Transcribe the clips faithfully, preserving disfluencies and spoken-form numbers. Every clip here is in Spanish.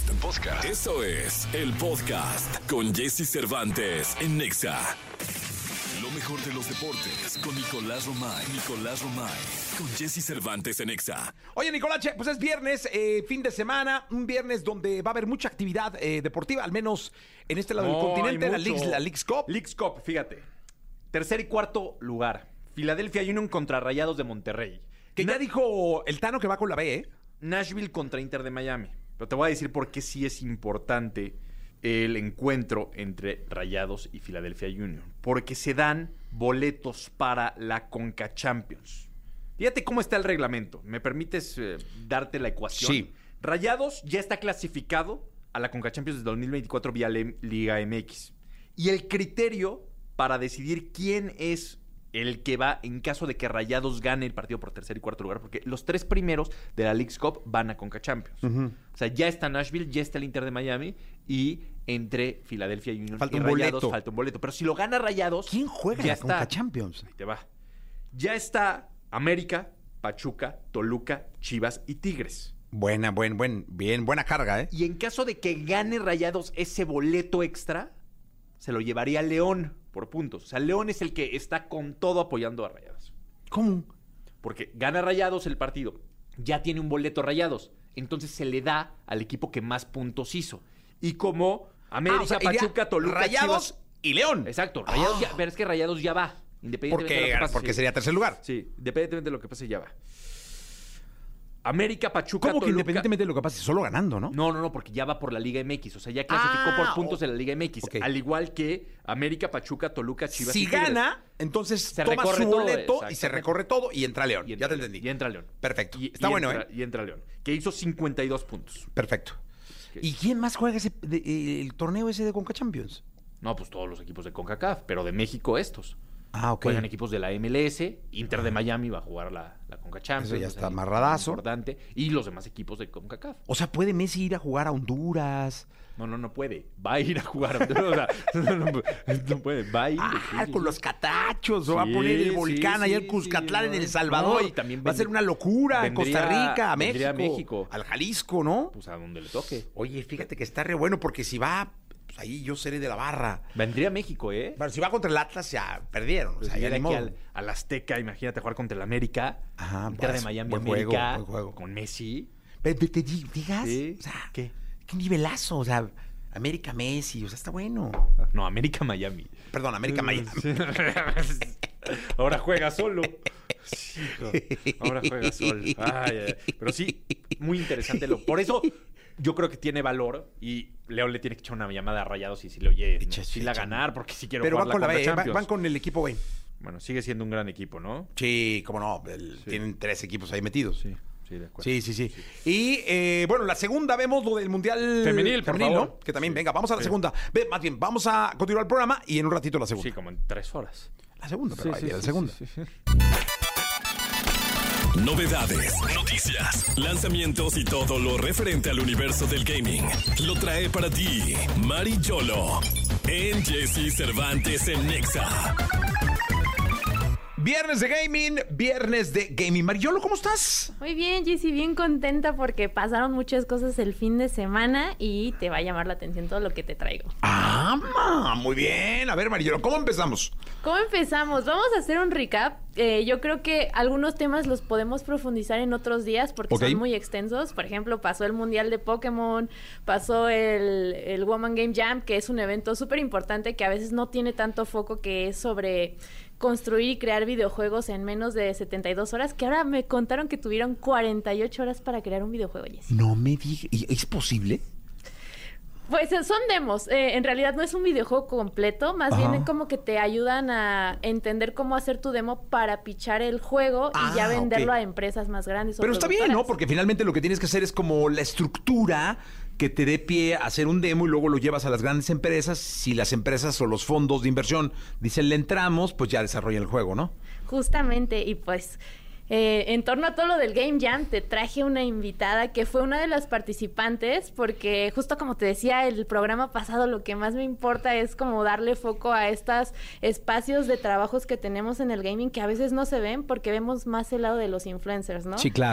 Podcast. Podcast. Eso es el podcast con Jesse Cervantes en Nexa. Lo mejor de los deportes con Nicolás Romay. Nicolás Romay. Con Jesse Cervantes en Nexa. Oye, Nicolache, pues es viernes, eh, fin de semana. Un viernes donde va a haber mucha actividad eh, deportiva, al menos en este lado No, del continente, hay la mucho. Leagues, la Leagues Cup. Leagues Cup, fíjate. Tercer y cuarto lugar. Philadelphia Union contra Rayados de Monterrey. Que Na- ya dijo el Tano que va con la B, ¿eh? Nashville contra Inter de Miami. Pero te voy a decir por qué sí es importante el encuentro entre Rayados y Philadelphia Union. Porque se dan boletos para la Conca Champions. Fíjate cómo está el reglamento. ¿Me permites eh, darte la ecuación? Sí. Rayados ya está clasificado a la Conca Champions de dos mil veinticuatro vía Le- Liga M X. Y el criterio para decidir quién es el que va en caso de que Rayados gane el partido por tercer y cuarto lugar, porque los tres primeros de la Leagues Cup van a Conca Champions. Uh-huh. O sea, ya está Nashville, ya está el Inter de Miami y entre Philadelphia Union Falta y un Rayados boleto. falta un boleto. Pero si lo gana Rayados, ¿Quién juega ya la está. Conca Champions? Ahí te va. Ya está América, Pachuca, Toluca, Chivas y Tigres. Buena, buen, buen, bien, buena carga, ¿eh? Y en caso de que gane Rayados ese boleto extra, se lo llevaría León por puntos. O sea, León es el que está con todo apoyando a Rayados. ¿Cómo? Porque gana Rayados el partido, ya tiene un boleto Rayados, entonces se le da al equipo que más puntos hizo. Y como América, Ah, o sea, iría Pachuca, Toluca, Rayados Chivas... y León. Exacto, Rayados Ah. ya, pero es que Rayados ya va, independientemente de lo Porque, que pase. porque sí. sería tercer lugar. Sí, independientemente de lo que pase, ya va. América, Pachuca, ¿Cómo que Toluca... independientemente de lo que pase, solo ganando, no? No, no, no, porque ya va por la Liga M X. O sea, ya clasificó Ah, por puntos oh. en la Liga M X. Ok. Al igual que América, Pachuca, Toluca, Chivas Si y Tigres. gana, entonces Se toma recorre su todo, boleto y se exactamente. recorre todo y entra León. Y entra ya te León, entendí. Y entra León. Perfecto. Y- Está y bueno, entra- ¿eh? Y entra León. Que hizo cincuenta y dos puntos. Perfecto. Ok. ¿Y quién más juega ese, de- eh, el torneo ese de Conca Champions? No, pues todos los equipos de CONCACAF, pero de México estos. Ah, ok. Juegan equipos de la M L S, Inter de Miami va a jugar la, la CONCA Champions. Eso ya o sea, está amarradazo. Importante. Y los demás equipos de CONCACAF. O sea, ¿puede Messi ir a jugar a Honduras? No, no, no puede. Va a ir a jugar. O sea, no, no, no puede. Va a ir. Ah, sí, sí, con sí. los catachos. O va a Sí, poner el sí, volcán sí, allá en sí, Cuscatlán, no. en El Salvador. No, y también va a ser vendría- una locura. A Costa vendría- Rica, a México, vendría a México. al Jalisco, ¿no? Pues a donde le toque. Oye, fíjate que está re bueno porque si va, pues ahí yo seré de la barra. Vendría a México, ¿eh? Pero si va contra el Atlas, ya perdieron. Pues o sea, ya viene ni aquí modo. al, al Azteca, imagínate jugar contra el América. Ajá, Inter de pues, Miami, buen juego, América. buen juego. Con Messi. Pero te, te di- digas, Sí. o sea, ¿Qué? qué nivelazo, o sea, América Messi, o sea, está bueno. No, América, Miami. Perdón, América Miami. Ahora juega solo. Sí, hijo. Ahora juega solo. Ay, ay, ay. Pero sí, muy interesante. Lo, por eso yo creo que tiene valor y León le tiene que echar una llamada a Rayados y si le oye, Echa, sí echa. la ganar porque sí quiero Pero jugar van con la Conca B, ¿eh? van, Champions. van con el equipo B. Bueno, sigue siendo un gran equipo, ¿no? Sí, cómo no, el- Sí. tienen tres equipos ahí metidos. Sí, sí, de acuerdo. Sí, sí, sí. Y eh, bueno, la segunda vemos lo del Mundial Femenil, por ¿no? favor. Que también, Sí. venga, vamos a la Sí. segunda. Ve, más bien, vamos a continuar el programa y en un ratito la segunda. Sí, como en tres horas. La segunda, pero Sí, ahí sí, viene la sí, segunda. sí, sí, sí. Novedades, noticias, lanzamientos y todo lo referente al universo del gaming. Lo trae para ti Mari Yolo en Jesse Cervantes en Nexa. Viernes de gaming, viernes de gaming. Mariolo, ¿cómo estás? Muy bien, Jessy, bien contenta porque pasaron muchas cosas el fin de semana y te va a llamar la atención todo lo que te traigo. Ah, ma, muy bien. A ver, Mariolo, ¿cómo empezamos? ¿Cómo empezamos? Vamos a hacer un recap. Eh, yo creo que algunos temas los podemos profundizar en otros días porque Ok. son muy extensos. Por ejemplo, pasó el Mundial de Pokémon, pasó el, el Woman Game Jam, que es un evento súper importante que a veces no tiene tanto foco, que es sobre construir y crear videojuegos en menos de setenta y dos horas, que ahora me contaron que tuvieron cuarenta y ocho horas para crear un videojuego, Jessy. No me digas. ¿Es posible? Pues eh, son demos. Eh, en realidad no es un videojuego completo, más Ajá. bien es como que te ayudan a entender cómo hacer tu demo para pichar el juego Ah, y ya venderlo ok. a empresas más grandes. o Pero está bien, ¿no? productoras. Porque finalmente lo que tienes que hacer es como la estructura que te dé pie a hacer un demo y luego lo llevas a las grandes empresas. Si las empresas o los fondos de inversión dicen le entramos, pues ya desarrollan el juego, ¿no? Justamente, y pues eh, en torno a todo lo del Game Jam, te traje una invitada que fue una de las participantes, porque justo como te decía el programa pasado, lo que más me importa es como darle foco a estos espacios de trabajos que tenemos en el gaming que a veces no se ven porque vemos más el lado de los influencers, ¿no? claro.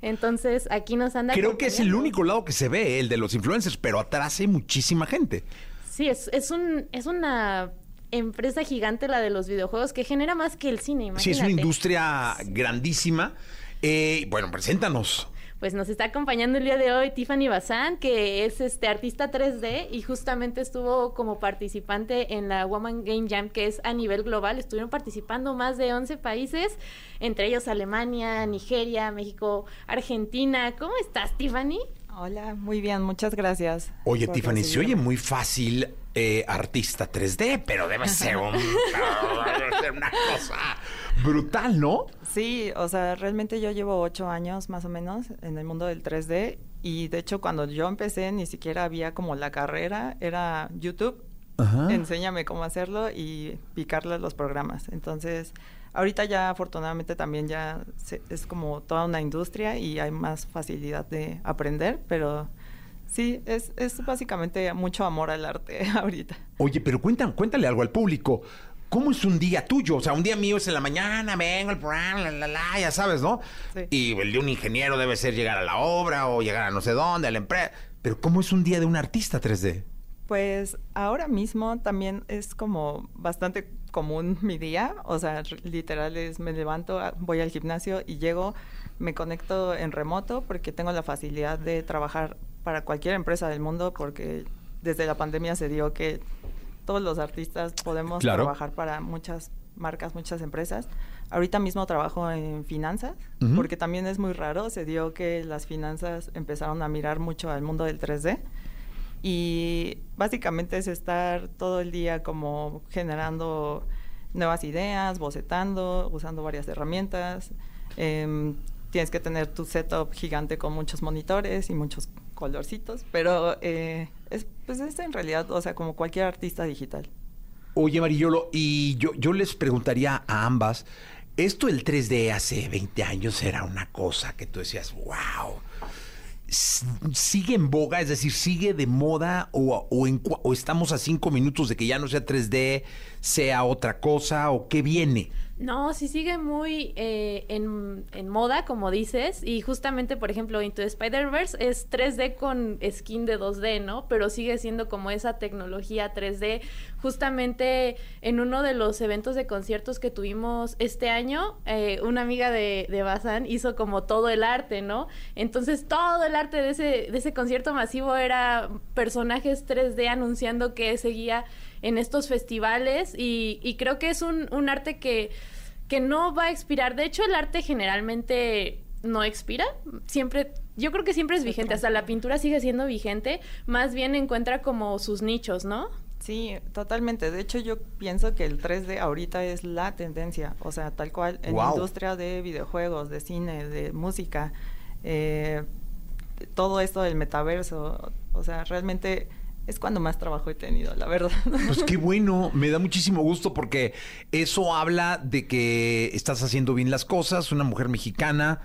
Entonces, aquí nos anda Creo que es el acompañando. único lado que se ve, el de los influencers, pero atrás hay muchísima gente. Sí, es, es, un, es una empresa gigante la de los videojuegos que genera más que el cine, imagínate. Sí, es una industria grandísima. Eh, bueno, preséntanos. Pues nos está acompañando el día de hoy Tiffany Bazán, que es este artista tres D y justamente estuvo como participante en la Woman Game Jam, que es a nivel global. Estuvieron participando más de once países, entre ellos Alemania, Nigeria, México, Argentina. ¿Cómo estás, Tiffany? Hola, muy bien, muchas gracias. Oye, por Tiffany, se oye recibirme. muy fácil eh, artista tres D, pero debe ser, un, debe ser una cosa brutal, ¿no? Sí, o sea, realmente yo llevo ocho años más o menos en el mundo del tres D y de hecho cuando yo empecé ni siquiera había como la carrera, era YouTube, Ajá. enséñame cómo hacerlo y picarle los programas. Entonces, ahorita ya afortunadamente también ya se- es como toda una industria y hay más facilidad de aprender, pero sí, es, es básicamente mucho amor al arte ahorita. Oye, pero cuentan, cuéntale algo al público. ¿Cómo es un día tuyo? O sea, un día mío es en la mañana, vengo al programa, la, la, la, ya sabes, ¿no? Sí. Y el de un ingeniero debe ser llegar a la obra o llegar a no sé dónde, a la empresa. Pero ¿cómo es un día de un artista tres D? Pues ahora mismo también es como bastante común mi día, o sea, r- literal es me levanto, a- voy al gimnasio y llego, me conecto en remoto porque tengo la facilidad de trabajar para cualquier empresa del mundo porque desde la pandemia se dio que todos los artistas podemos Claro. trabajar para muchas marcas, muchas empresas. Ahorita mismo trabajo en finanzas Ujú. porque también es muy raro, se dio que las finanzas empezaron a mirar mucho al mundo del tres D. Y básicamente es estar todo el día como generando nuevas ideas, bocetando, usando varias herramientas. Em, tienes que tener tu setup gigante con muchos monitores y muchos colorcitos, pero eh, es, pues es en realidad, o sea, como cualquier artista digital. Oye, Marillolo, y yo, yo les preguntaría a ambas, esto del tres D hace veinte años era una cosa que tú decías, wow, s- ¿sigue en boga? Es decir, ¿sigue de moda o, o, en cua- o estamos a cinco minutos de que ya no sea tres D, sea otra cosa o qué viene? No, sí sigue muy eh, en, en moda, como dices, y justamente, por ejemplo, Into the Spider-Verse es tres D con skin de dos D, ¿no? Pero sigue siendo como esa tecnología tres D. Justamente en uno de los eventos de conciertos que tuvimos este año, eh, una amiga de, de Bazán hizo como todo el arte, ¿no? Entonces todo el arte de ese, de ese concierto masivo era personajes tres D anunciando que seguía en estos festivales y, y creo que es un, un arte que, que no va a expirar. De hecho, el arte generalmente no expira. Siempre, yo creo que siempre es vigente. Hasta la pintura sigue siendo vigente. Más bien encuentra como sus nichos, ¿no? Sí, totalmente. De hecho, yo pienso que el tres D ahorita es la tendencia, o sea, tal cual en la Wow. industria de videojuegos, de cine, de música, eh, todo esto del metaverso, o sea, realmente es cuando más trabajo he tenido, la verdad. Pues qué bueno, me da muchísimo gusto porque eso habla de que estás haciendo bien las cosas, una mujer mexicana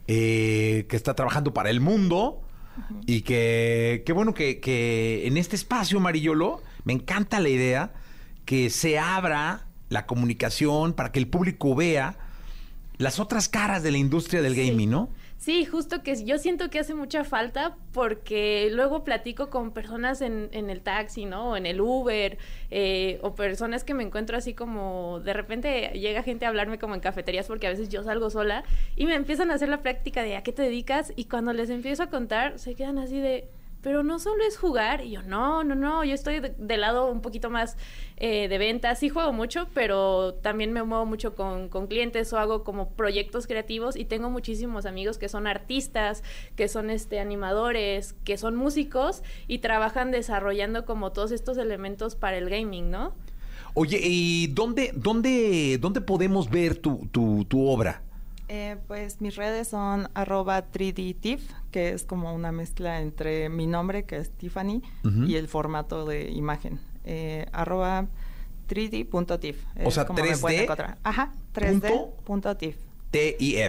eh, que está trabajando para el mundo y que qué bueno que, que en este espacio, Marillolo, me encanta la idea que se abra la comunicación para que el público vea las otras caras de la industria del Sí. gaming, ¿no? Sí, justo que yo siento que hace mucha falta porque luego platico con personas en, en el taxi, ¿no? O en el Uber, eh, o personas que me encuentro así como, de repente llega gente a hablarme como en cafeterías porque a veces yo salgo sola y me empiezan a hacer la práctica de ¿a qué te dedicas? Y cuando les empiezo a contar se quedan así de... Pero no solo es jugar. Y yo, no, no, no, yo estoy de, de lado un poquito más eh, de ventas. Sí juego mucho, pero también me muevo mucho con, con clientes o hago como proyectos creativos y tengo muchísimos amigos que son artistas, que son este animadores, que son músicos y trabajan desarrollando como todos estos elementos para el gaming, ¿no? Oye, ¿y dónde, dónde, dónde podemos ver tu, tu, tu obra? Eh, pues mis redes son arroba tres D Tiff, que es como una mezcla entre mi nombre, que es Tiffany, Ujú. y el formato de imagen. Eh, arroba tres D punto tiff. O Es sea, como me tres D pueden encontrar. Ajá, tres D punto punto tiff. T I F.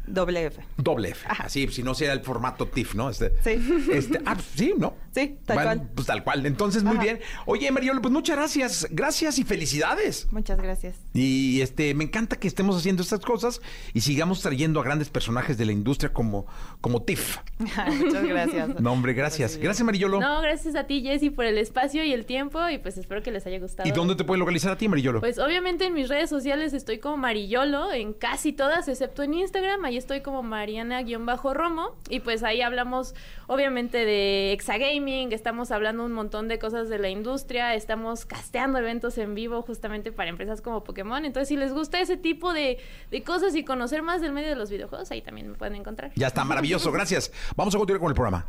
Doble F. Doble F. Así, si no sea el formato T I F, ¿no? Este, Sí. Este, ah, pues, sí, ¿no? Sí, tal Bueno, cual. Pues tal cual. Entonces, muy Ajá. bien. Oye, Mariolo, pues muchas gracias. Gracias y felicidades. Muchas gracias. Y este, me encanta que estemos haciendo estas cosas y sigamos trayendo a grandes personajes de la industria como, como T I F. Muchas gracias. No, hombre, gracias. Gracias, Mariolo. No, gracias a ti, Jessy, por el espacio y el tiempo y pues espero que les haya gustado. ¿Y dónde te pueden localizar a ti, Mariolo? Pues obviamente en mis redes sociales estoy como Mariyolo, en casi todas, excepto en Instagram, ahí estoy como Mariana-Romo, y pues ahí hablamos obviamente de Exagaming, estamos hablando un montón de cosas de la industria, estamos casteando eventos en vivo justamente para empresas como Pokémon, entonces si les gusta ese tipo de, de cosas y conocer más del medio de los videojuegos, ahí también me pueden encontrar. Ya está, maravilloso. Gracias. Vamos a continuar con el programa.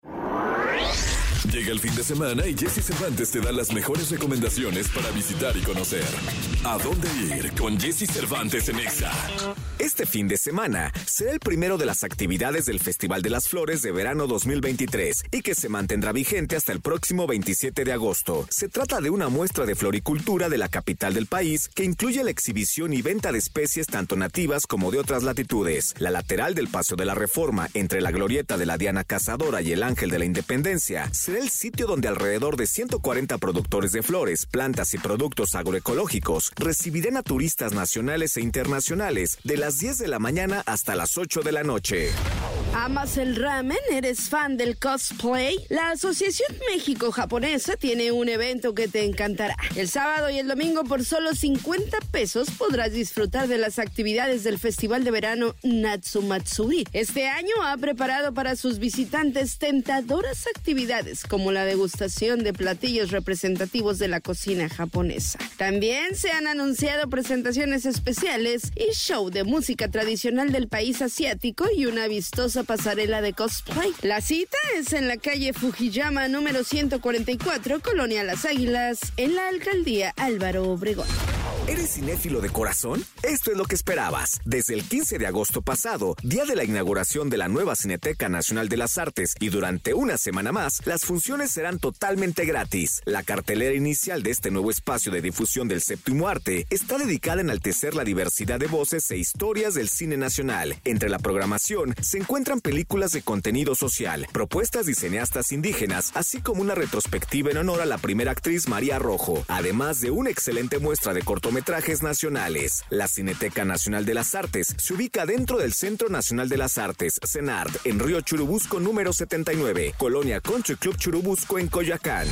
Llega el fin de semana y Jessy Cervantes te da las mejores recomendaciones para visitar y conocer. ¿A dónde ir con Jessy Cervantes en Exa? Este fin de semana será el primero de las actividades del Festival de las Flores de Verano dos mil veintitrés y que se mantendrá vigente hasta el próximo veintisiete de agosto. Se trata de una muestra de floricultura de la capital del país que incluye la exhibición y venta de especies tanto nativas como de otras latitudes. La lateral del Paseo de la Reforma, entre la glorieta de la Diana Cazadora y el Ángel de la Independencia, será el sitio donde alrededor de ciento cuarenta productores de flores, plantas y productos agroecológicos recibirán a turistas nacionales e internacionales de las diez de la mañana hasta las ocho de la noche. ¿Amas el ramen? ¿Eres fan del cosplay? La Asociación México-Japonesa tiene un evento que te encantará. El sábado y el domingo por solo cincuenta pesos podrás disfrutar de las actividades del Festival de Verano Natsumatsuri. Este año ha preparado para sus visitantes tentadoras actividades como la degustación de platillos representativos de la cocina japonesa. También se han anunciado presentaciones especiales y show de música tradicional del país asiático y una vistosa pasarela de cosplay. La cita es en la calle Fujiyama número ciento cuarenta y cuatro, Colonia Las Águilas, en la alcaldía Álvaro Obregón. ¿Eres cinéfilo de corazón? Esto es lo que esperabas. Desde el quince de agosto pasado, día de la inauguración de la nueva Cineteca Nacional de las Artes, y durante una semana más, las funciones serán totalmente gratis. La cartelera inicial de este nuevo espacio de difusión del séptimo arte está dedicada a enaltecer la diversidad de voces e historias del cine nacional. Entre la programación se encuentran películas de contenido social, propuestas de cineastas indígenas, así como una retrospectiva en honor a la primera actriz María Rojo, además de una excelente muestra de cortometrajes nacionales. La Cineteca Nacional de las Artes se ubica dentro del Centro Nacional de las Artes, CENART, en Río Churubusco número setenta y nueve, Colonia Country Club Churubusco en Coyoacán.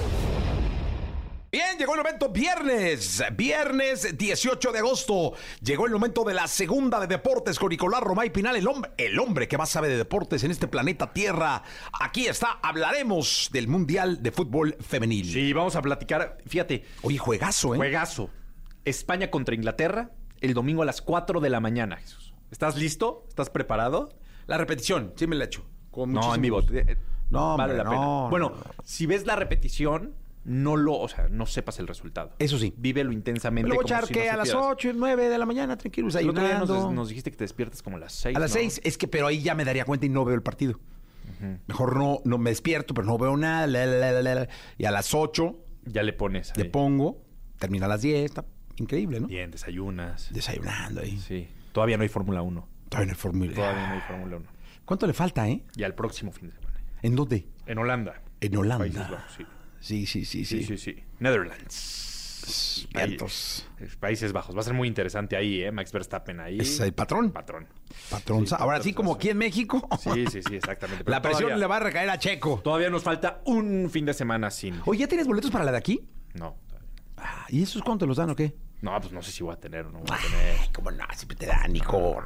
Bien, llegó el momento viernes, viernes dieciocho de agosto. Llegó el momento de la segunda de deportes con Nicolás Romay Pinal, el hombre, el hombre que más sabe de deportes en este planeta Tierra. Aquí está, hablaremos del Mundial de Fútbol Femenil. Sí, vamos a platicar. Fíjate, Oye, juegazo, ¿eh? juegazo. España contra Inglaterra el domingo a las cuatro de la mañana, Jesús. ¿Estás listo? ¿Estás preparado? La repetición, sí me la echo. Con No, en muchísimo vivo. gusto. Eh, No, vale hombre, la pena. no, Bueno, no. si ves la repetición, no lo, o sea, no sepas el resultado. Eso sí. Vívelo intensamente. Me lo voy a como echar si que no a las supieras. ocho, nueve de la mañana, tranquilos, El otro día desayunando. nos, nos dijiste que te despiertas como a las seis. A las ¿no? seis, es que, pero ahí ya me daría cuenta y no veo el partido. Mejor no, no me despierto, pero no veo nada. La, la, la, la, la. Y a las ocho Ya le pones ahí. le pongo, termina a las diez, está increíble, ¿no? Bien, desayunas. Desayunando ahí. Sí. Todavía no hay Fórmula uno. Todavía en el Fórmula. Todavía no hay Fórmula uno. ¿Cuánto le falta, eh? Y al próximo fin de semana. ¿En dónde? En Holanda. En Holanda. Países Bajos, sí. Sí, sí, sí, Sí, sí. sí, sí. Netherlands. Ahí, Vientos. eh, Países Bajos. Va a ser muy interesante ahí, ¿eh? Max Verstappen ahí. Es el patrón. Patrón. Patrón. Sí, Ahora sí, como patrón. aquí en México. Sí, sí, sí, exactamente. Pero La presión todavía, le va a recaer a Checo. Todavía nos falta un fin de semana sin... Oye, ¿ya tienes boletos para la de aquí? No, todavía no. Ah, ¿y esos cuánto los dan o qué? No, pues no sé si voy a tener o no voy a tener. Ay, cómo no, siempre te dan, Nico.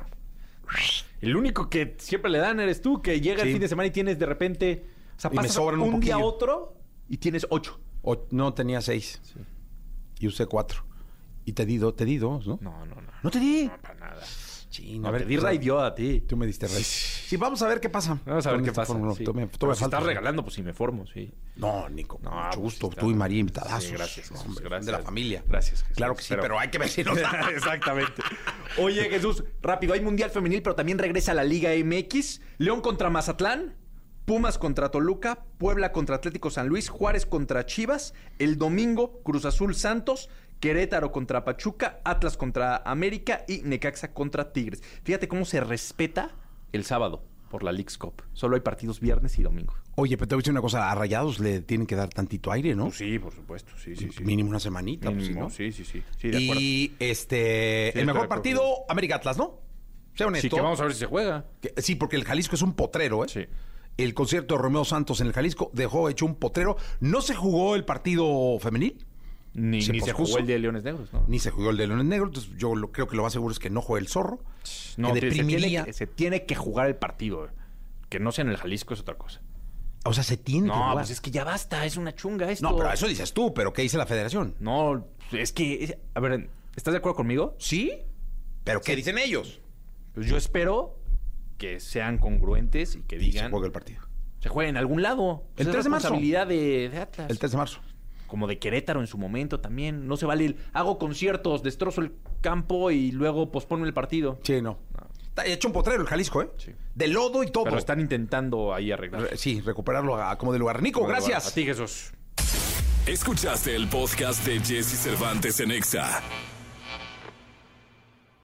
El único que siempre le dan eres tú, que llega Sí. el fin de semana y tienes de repente... O sea, Y me pasas sobran un, un día a poquillo. otro y tienes ocho. O- no, tenía seis. Y usé cuatro. Y te di, do- te di dos, ¿no? No, no, no. ¿No te di? No, para nada. Sí, No, te di ray dio a ti. Tú me diste rey. Sí, vamos a ver qué pasa. Vamos a ver con qué esta pasa. Fórmula. sí. Tú me- tú Pero me si faltas, estás ¿eh? regalando, pues sí me formo, sí. No, Nico, con No, mucho pues gusto. sí, Tú y está- María invitadazos. Sí, gracias, Jesús, Hombre, gracias. de la familia. Gracias, Jesús. Claro que sí, pero, hay que ver si nos da. Exactamente. Oye, Jesús, rápido, hay Mundial Femenil, pero también regresa a la Liga M X. León contra Mazatlán, Pumas contra Toluca, Puebla contra Atlético San Luis, Juárez contra Chivas, el domingo Cruz Azul Santos, Querétaro contra Pachuca, Atlas contra América y Necaxa contra Tigres. Fíjate cómo se respeta el sábado por la Leagues Cup. Solo hay partidos viernes y domingo. Oye, pero te voy a decir una cosa, a Rayados le tienen que dar tantito aire, ¿no? Pues sí, por supuesto, sí, sí, sí. Mínimo una semanita, Mínimo, pues, sí, sí, ¿no? sí, sí, sí, de acuerdo. Y este, Sí, el mejor estoy de acuerdo. partido, América-Atlas, ¿no? Sea honesto. Sí, que vamos a ver si se juega. Que- sí, porque el Jalisco es un potrero, ¿eh? Sí. El concierto de Romeo Santos en el Jalisco dejó hecho un potrero. ¿No se jugó el partido femenil? Ni, ¿Se ni se pospuso? jugó el de Leones Negros, ¿no? Ni se jugó el de Leones Negros. Entonces yo lo, creo que lo más seguro es que no juegue el Zorro. No, que se tiene deprimiría. que, se tiene que jugar el partido. Que no sea en el Jalisco es otra cosa. O sea, se tiene que No, jugar. pues es que ya basta, es una chunga esto. No, pero eso dices tú, pero ¿qué dice la federación? No, es que... es- a ver, ¿estás de acuerdo conmigo? ¿Sí? ¿Pero qué dicen ellos? Pues yo espero que sean congruentes y que Y digan... se juega el partido. Se juegue en algún lado. El Es tres de marzo. responsabilidad de, de Atlas. El tres de marzo. Como de Querétaro en su momento también. No se vale el... Hago conciertos, destrozo el campo y luego pospongo el partido. Sí, no. Está hecho un potrero el Jalisco, ¿eh? Sí. De lodo y todo. Pero están intentando ahí arreglar. Re- Sí, recuperarlo a, como de lugar. Nico, gracias. A ti, Jesús. Escuchaste el podcast de Jesse Cervantes en Exa.